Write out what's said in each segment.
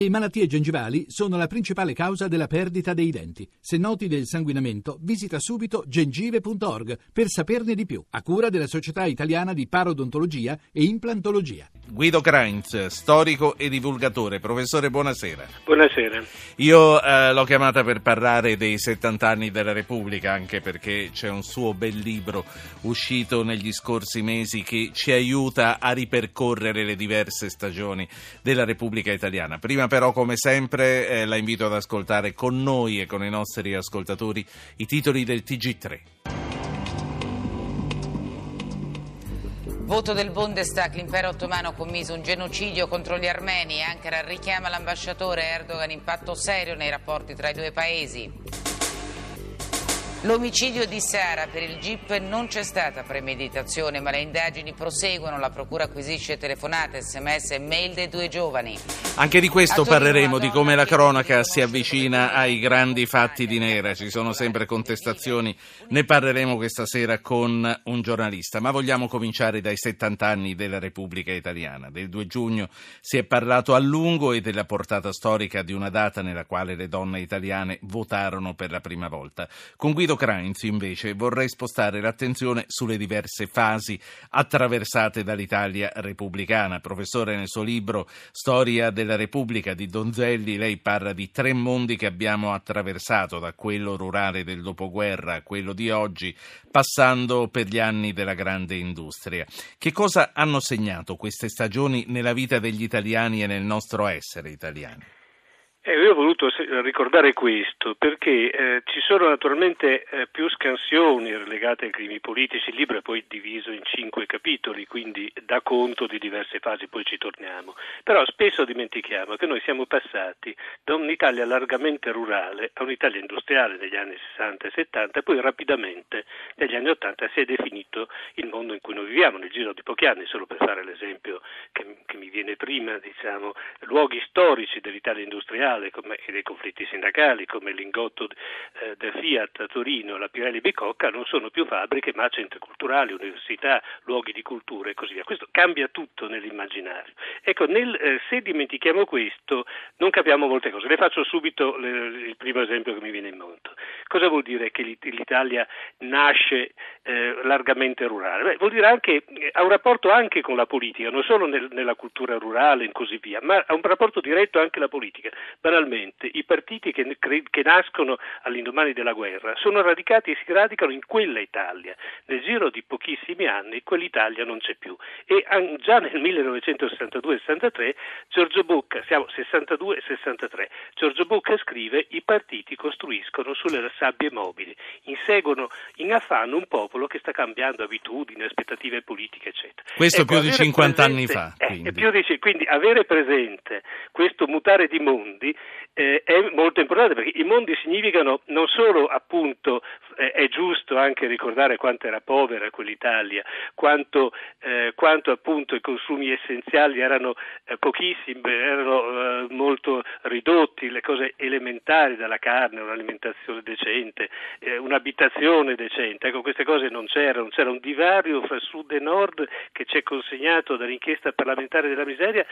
Le malattie gengivali sono la principale causa della perdita dei denti. Se noti del sanguinamento, visita subito gengive.org per saperne di più, a cura della Società Italiana di Parodontologia e Implantologia. Guido Krainz, storico e divulgatore. Professore, buonasera. Buonasera. Io l'ho chiamata per parlare dei 70 anni della Repubblica, anche perché c'è un suo bel libro uscito negli scorsi mesi che ci aiuta a ripercorrere le diverse stagioni della Repubblica Italiana. Prima però, come sempre, la invito ad ascoltare con noi e con i nostri ascoltatori i titoli del TG3. Voto del Bundestag, l'impero ottomano ha commesso un genocidio contro gli armeni. Ankara richiama l'ambasciatore Erdogan, impatto serio nei rapporti tra i due paesi. L'omicidio di Sara, per il GIP non c'è stata premeditazione, ma le indagini proseguono. La procura acquisisce telefonate, sms e mail dei due giovani. Anche di questo parleremo, di come la cronaca si avvicina ai grandi fatti di nera. Ci sono sempre contestazioni, ne parleremo questa sera con un giornalista. Ma vogliamo cominciare dai 70 anni della Repubblica Italiana. Del 2 giugno si è parlato a lungo e della portata storica di una data nella quale le donne italiane votarono per la prima volta. Con Guido Krainz, invece, vorrei spostare l'attenzione sulle diverse fasi attraversate dall'Italia repubblicana. Professore, nel suo libro Storia della Repubblica di Donzelli, lei parla di 3 mondi che abbiamo attraversato, da quello rurale del dopoguerra a quello di oggi, passando per gli anni della grande industria. Che cosa hanno segnato queste stagioni nella vita degli italiani e nel nostro essere italiani? Io ho voluto ricordare questo perché ci sono naturalmente più scansioni legate ai crimini politici. Il libro è poi diviso in 5 capitoli, quindi dà conto di diverse fasi, poi ci torniamo. Però spesso dimentichiamo che noi siamo passati da un'Italia largamente rurale a un'Italia industriale negli anni 60 e 70 e poi rapidamente negli anni 80 si è definito il mondo in cui noi viviamo nel giro di pochi anni. Solo per fare l'esempio che mi viene prima, diciamo, luoghi storici dell'Italia industriale e dei conflitti sindacali come l'Ingotto del Fiat a Torino, la Pirelli Bicocca non sono più fabbriche ma centri culturali, università, luoghi di cultura e così via. Questo cambia tutto nell'immaginario. Ecco, se dimentichiamo questo non capiamo molte cose. Le faccio subito il primo esempio che mi viene in mente. Cosa vuol dire che l'Italia nasce largamente rurale? Beh, vuol dire anche ha un rapporto anche con la politica, non solo nella cultura rurale e così via, ma ha un rapporto diretto anche alla politica. Banalmente, i partiti che nascono all'indomani della guerra sono radicati e si radicano in quella Italia. Nel giro di pochissimi anni quell'Italia non c'è più. E già nel 1962-63 Giorgio Bocca, siamo 62-63, Giorgio Bocca scrive: i partiti costruiscono sulle sabbie mobili, inseguono in affanno un popolo che sta cambiando abitudini, aspettative politiche, eccetera. Questo più di 50 anni fa. Quindi avere presente questo mutare di mondi è molto importante, perché i mondi significano non solo, appunto, è giusto anche ricordare quanto era povera quell'Italia, quanto appunto i consumi essenziali erano pochissimi, erano molto ridotti, le cose elementari dalla carne, un'alimentazione decente, un'abitazione decente. Ecco, queste cose non c'erano, c'era un divario fra sud e nord che ci è consegnato dall'inchiesta parlamentare della miseria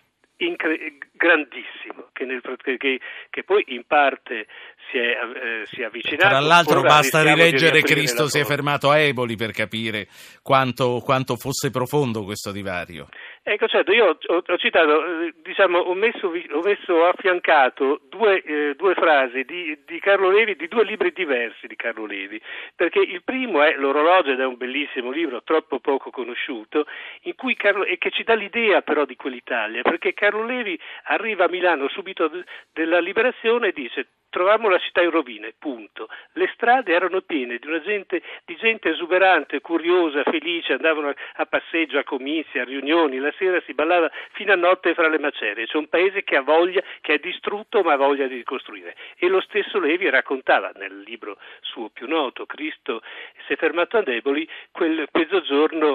grandissimo, che poi in parte si è avvicinato. Tra l'altro basta rileggere Cristo si è fermato a Eboli per capire quanto fosse profondo questo divario. Ecco, certo, io ho citato, ho messo affiancato due frasi di Carlo Levi, di 2 libri diversi di Carlo Levi, perché il primo è L'orologio, ed è un bellissimo libro, troppo poco conosciuto, in cui che ci dà l'idea però di quell'Italia, perché Carlo Levi arriva a Milano subito della liberazione e dice: trovammo la città in rovine, punto. Le strade erano piene di gente esuberante, curiosa, felice, andavano a passeggio, a comizi, a riunioni, la sera si ballava fino a notte fra le macerie. C'è un paese che ha voglia, che è distrutto ma ha voglia di ricostruire. E lo stesso Levi raccontava nel libro suo più noto, Cristo si è fermato a Eboli, quel mezzogiorno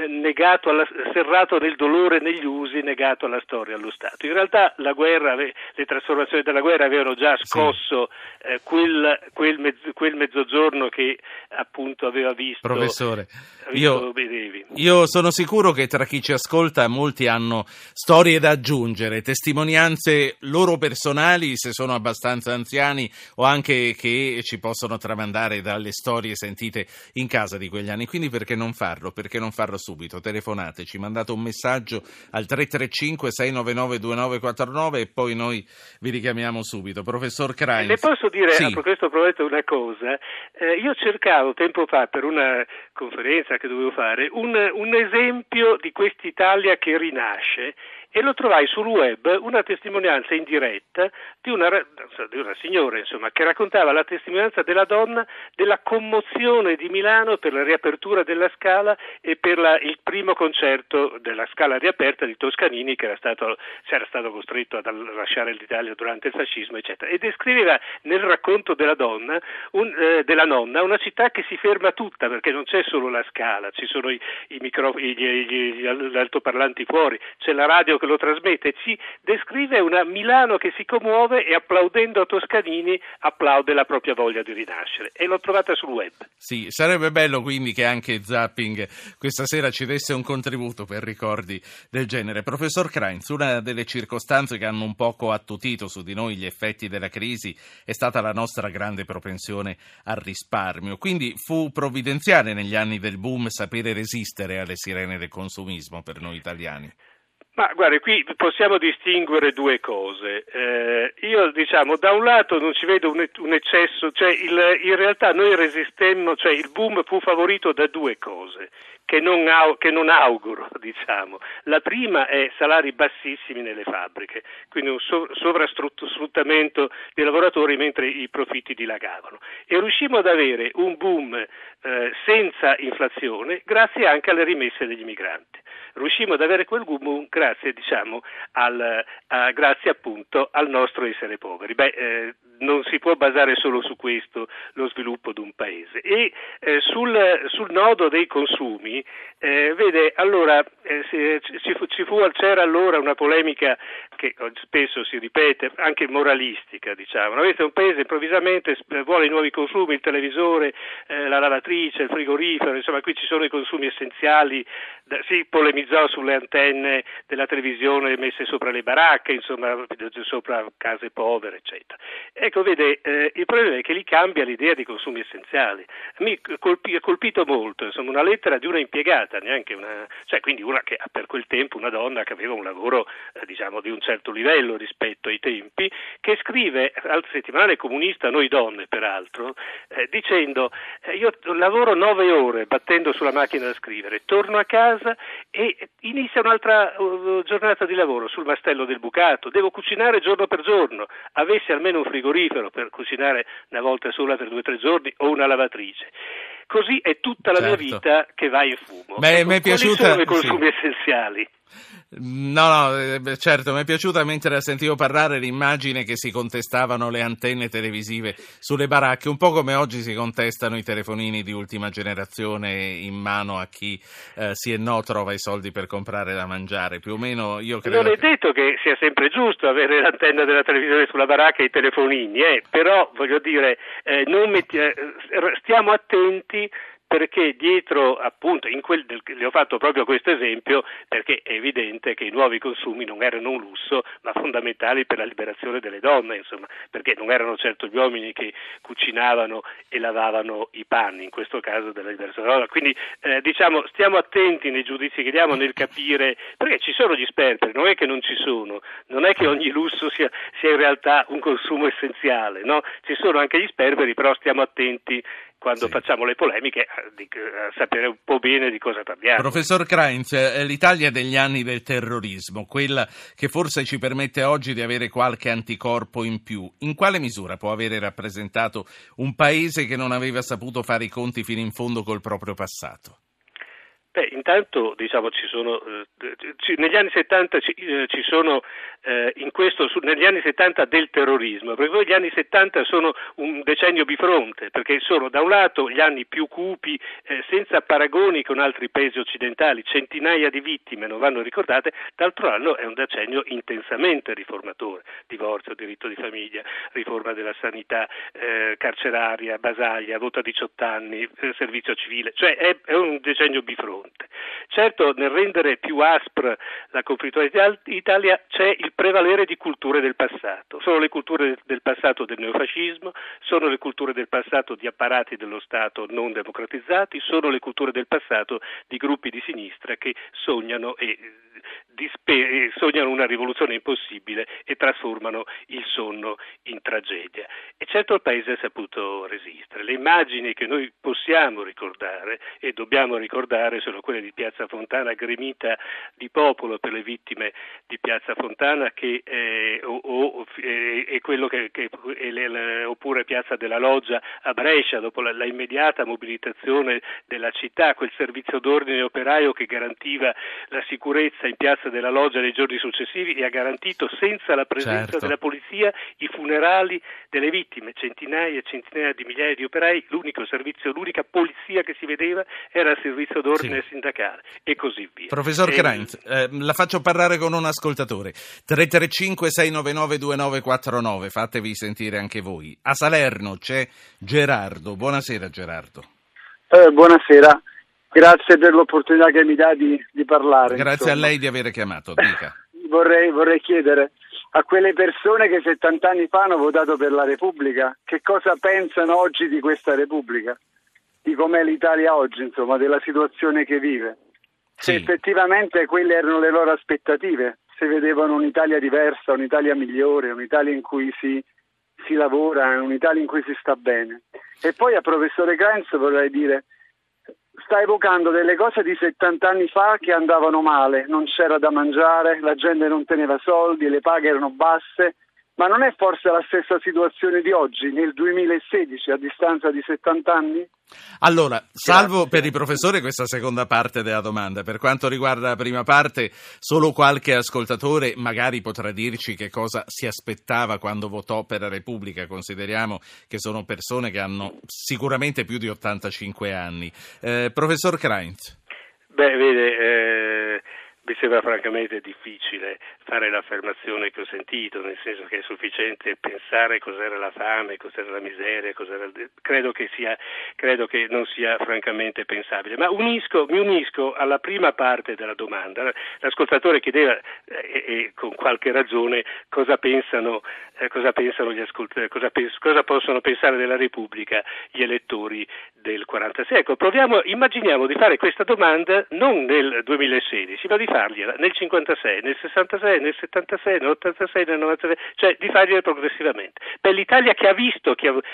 serrato nel dolore, negli usi, negato alla storia, allo Stato. In realtà la guerra, le trasformazioni della guerra avevano già scosso perso quel mezzogiorno che appunto aveva visto. Professore, io sono sicuro che tra chi ci ascolta molti hanno storie da aggiungere, testimonianze loro personali se sono abbastanza anziani, o anche che ci possono tramandare dalle storie sentite in casa di quegli anni. Quindi perché non farlo? Perché non farlo subito? Telefonateci, mandate un messaggio al 335 699 2949 e poi noi vi richiamiamo subito. Professor Krainz. Le posso dire sì. a questo proposito una cosa? Io cercavo tempo fa per una conferenza che dovevo fare un esempio di quest'Italia che rinasce, e lo trovai sul web, una testimonianza in diretta di una signora, insomma, che raccontava la testimonianza della donna della commozione di Milano per la riapertura della Scala e per il primo concerto della Scala riaperta di Toscanini, che era stato costretto a lasciare l'Italia durante il fascismo, eccetera. E descriveva nel racconto della donna, della nonna, una città che si ferma tutta, perché non c'è solo la Scala, ci sono gli altoparlanti fuori, c'è la radio che lo trasmette. Ci descrive una Milano che si commuove e, applaudendo a Toscanini, applaude la propria voglia di rinascere, e l'ho trovata sul web. Sì, sarebbe bello quindi che anche Zapping questa sera ci desse un contributo per ricordi del genere. Professor Krainz, una delle circostanze che hanno un poco attutito su di noi gli effetti della crisi è stata la nostra grande propensione al risparmio, quindi fu provvidenziale negli anni del boom sapere resistere alle sirene del consumismo per noi italiani. Ma guarda, qui possiamo distinguere due cose. Io da un lato non ci vedo un eccesso, in realtà noi resistemmo, il boom fu favorito da due cose che non auguro, diciamo. La prima è salari bassissimi nelle fabbriche, quindi un sovrasfruttamento dei lavoratori mentre i profitti dilagavano. E riuscimmo ad avere un boom senza inflazione grazie anche alle rimesse degli migranti. Riuscimmo ad avere quel boom grazie appunto al nostro essere poveri. Non si può basare solo su questo lo sviluppo di un paese. E sul nodo dei consumi, c'era allora una polemica che spesso si ripete, anche moralistica, diciamo. Avete un paese improvvisamente vuole i nuovi consumi, il televisore, la lavatrice, il frigorifero, insomma qui ci sono i consumi essenziali. Si polemizzò sulle antenne della televisione messe sopra le baracche, insomma sopra case povere, eccetera. Ecco, il problema è che lì cambia l'idea di consumi essenziali. Mi ha colpito molto, insomma, una lettera di una impiegata, quindi una che per quel tempo, una donna che aveva un lavoro di un certo livello rispetto ai tempi, che scrive al settimanale comunista Noi Donne, peraltro, dicendo io lavoro 9 ore battendo sulla macchina da scrivere, torno a casa e inizia un'altra giornata di lavoro sul mastello del bucato, devo cucinare giorno per giorno, avessi almeno un frigorifero per cucinare una volta sola per 2 o 3 giorni o una lavatrice. Così è tutta la mia vita che va in fumo. Mi è piaciuta, quali sono i consumi essenziali? Certo, mi è piaciuta mentre la sentivo parlare l'immagine che si contestavano le antenne televisive sulle baracche, un po' come oggi si contestano i telefonini di ultima generazione in mano a chi trova i soldi per comprare da mangiare. Più o meno io credo. Non è detto che sia sempre giusto avere l'antenna della televisione sulla baracca e i telefonini, però voglio dire, stiamo attenti, perché dietro, appunto, le ho fatto proprio questo esempio, perché è evidente che i nuovi consumi non erano un lusso, ma fondamentali per la liberazione delle donne, insomma, perché non erano certo gli uomini che cucinavano e lavavano i panni, in questo caso della liberazione della donna. Quindi, stiamo attenti nei giudizi che diamo nel capire, perché ci sono gli sperperi, non è che non ci sono, non è che ogni lusso sia in realtà un consumo essenziale, no? Ci sono anche gli sperperi, però stiamo attenti quando facciamo le polemiche a sapere un po' bene di cosa parliamo. Professor Krainz, l'Italia degli anni del terrorismo, quella che forse ci permette oggi di avere qualche anticorpo in più, in quale misura può avere rappresentato un paese che non aveva saputo fare i conti fino in fondo col proprio passato? Intanto diciamo negli anni 70 ci sono negli anni 70 del terrorismo, perché poi gli anni 70 sono un decennio bifronte, perché sono da un lato gli anni più cupi, senza paragoni con altri paesi occidentali, centinaia di vittime non vanno ricordate, d'altro lato è un decennio intensamente riformatore, divorzio, diritto di famiglia, riforma della sanità carceraria, Basaglia, voto a 18 anni, servizio civile, cioè è un decennio bifronte. Certo, nel rendere più aspra la conflittualità d'Italia c'è il prevalere di culture del passato. Sono le culture del passato del neofascismo, sono le culture del passato di apparati dello Stato non democratizzati, sono le culture del passato di gruppi di sinistra che sognano una rivoluzione impossibile e trasformano il sonno in tragedia. E certo il Paese ha saputo resistere. Le immagini che noi possiamo ricordare e dobbiamo ricordare sono quelle di Piazza Fontana gremita di popolo per le vittime di Piazza Fontana oppure Piazza della Loggia a Brescia dopo la immediata mobilitazione della città, quel servizio d'ordine operaio che garantiva la sicurezza in Piazza della Loggia nei giorni successivi e ha garantito senza la presenza della polizia i funerali delle vittime, centinaia e centinaia di migliaia di operai, l'unica polizia che si vedeva era il servizio d'ordine sindacale e così via. Professor Kreintz, la faccio parlare con un ascoltatore. 335-699-2949, fatevi sentire anche voi. A Salerno c'è Gerardo. Buonasera Gerardo. Buonasera. Grazie per l'opportunità che mi dà di parlare. Grazie a lei di aver chiamato, dica. Vorrei chiedere a quelle persone che 70 anni fa hanno votato per la Repubblica, che cosa pensano oggi di questa Repubblica, di com'è l'Italia oggi, insomma, della situazione che vive. Se effettivamente quelle erano le loro aspettative, se vedevano un'Italia diversa, un'Italia migliore, un'Italia in cui si lavora, un'Italia in cui si sta bene. E poi a professore Kreintz vorrei dire, sta evocando delle cose di 70 anni fa che andavano male, non c'era da mangiare, la gente non teneva soldi, le paghe erano basse, ma non è forse la stessa situazione di oggi, nel 2016, a distanza di 70 anni? Allora, salvo per il professore questa seconda parte della domanda, per quanto riguarda la prima parte, solo qualche ascoltatore magari potrà dirci che cosa si aspettava quando votò per la Repubblica, consideriamo che sono persone che hanno sicuramente più di 85 anni. Professor Kreintz. Mi sembra francamente difficile fare l'affermazione che ho sentito, nel senso che è sufficiente pensare cos'era la fame, cos'era la miseria, credo che non sia francamente pensabile. Ma mi unisco alla prima parte della domanda. L'ascoltatore chiedeva, e con qualche ragione, cosa pensano gli ascoltatori, cosa possono pensare della Repubblica gli elettori del 46. Ecco, immaginiamo di fare questa domanda non nel 2016, ma di fargliela nel 56, nel 66, nel 76, nell'86, nel 96, cioè di fargliela progressivamente. Per l'Italia che ha visto chi ha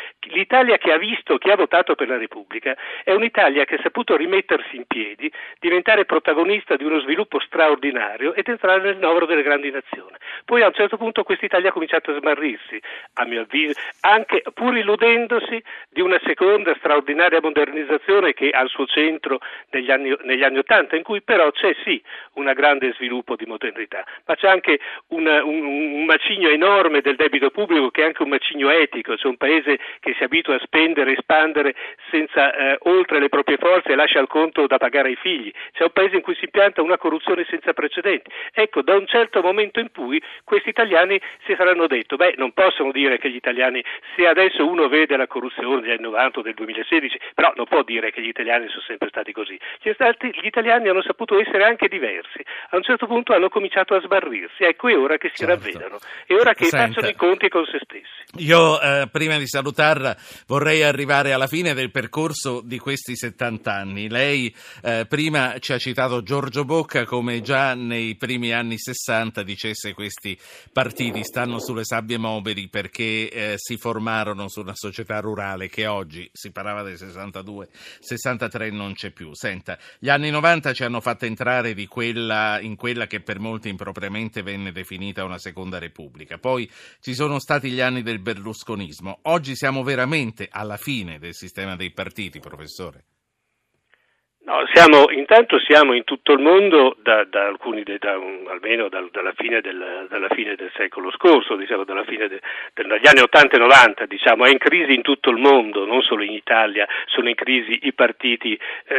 votato per la Repubblica è un'Italia che ha saputo rimettersi in piedi, diventare protagonista di uno sviluppo straordinario ed entrare nel novero delle grandi nazioni. Poi a un certo punto questa Italia ha cominciato a smarrirsi, a mio avviso, anche pur illudendosi di una seconda straordinaria modernizzazione che ha al suo centro negli anni 80, in cui però c'è un grande sviluppo di modernità, ma c'è anche un macigno enorme del debito pubblico che è anche un macigno etico, c'è un paese che si abitua a spendere e espandere senza oltre le proprie forze e lascia il conto da pagare ai figli, c'è un paese in cui si impianta una corruzione senza precedenti. Ecco, da un certo momento in cui questi italiani si saranno detto, non possono dire che gli italiani, se adesso uno vede la corruzione degli anni 90 o del 2016, però non può dire che gli italiani sono sempre stati così. Gli italiani hanno saputo essere anche diversi. A un certo punto hanno cominciato a sbarrirsi. Ecco, è ora che si ravvedano, è ora che facciano i conti con se stessi. Io, prima di salutarla, vorrei arrivare alla fine del percorso di questi 70 anni. Lei prima ci ha citato Giorgio Bocca come già nei primi anni 60 dicesse questi partiti stanno sulle sabbie mobili perché si formarono su una società rurale che oggi, si parlava del 62, 63 non c'è più. Senta, gli anni 90 ci hanno fatto entrare in quella che per molti impropriamente venne definita una seconda repubblica. Poi ci sono stati gli anni del berlusconismo. Oggi siamo veramente alla fine del sistema dei partiti, professore? No, intanto siamo in tutto il mondo almeno dalla fine del secolo scorso, diciamo dagli anni 80 e 90, diciamo, è in crisi in tutto il mondo, non solo in Italia, sono in crisi i partiti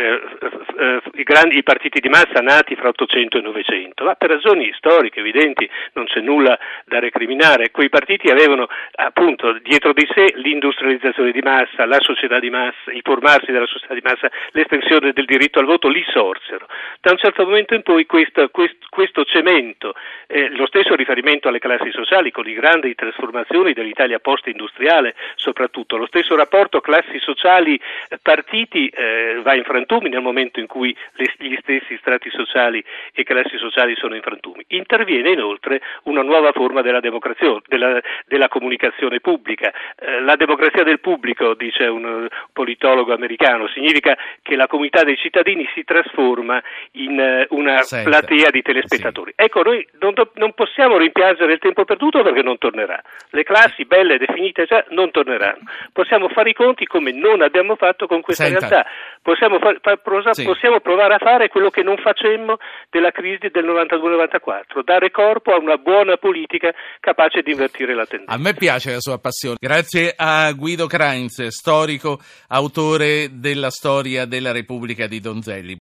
di massa nati fra 800 e 900, ma per ragioni storiche evidenti non c'è nulla da recriminare. Quei partiti avevano appunto dietro di sé l'industrializzazione di massa, la società di massa, il formarsi della società di massa, l'estensione del diritto al voto li sorsero. Da un certo momento in poi questo cemento, lo stesso riferimento alle classi sociali con le grandi trasformazioni dell'Italia post-industriale, soprattutto lo stesso rapporto classi sociali partiti va in frantumi nel momento in cui gli stessi strati sociali e classi sociali sono in frantumi. Interviene inoltre una nuova forma della democrazia, della comunicazione pubblica. La democrazia del pubblico, dice un politologo americano, significa che la comunità dei cittadini si trasforma in una platea di telespettatori. Sì. Ecco, noi non possiamo rimpiangere il tempo perduto perché non tornerà. Le classi belle definite già non torneranno. Possiamo fare i conti come non abbiamo fatto con questa realtà. Possiamo provare a fare quello che non facemmo della crisi del 92-94, dare corpo a una buona politica capace di invertire la tendenza. A me piace la sua passione. Grazie a Guido Krainz, storico, autore della storia della Repubblica di Donzelli.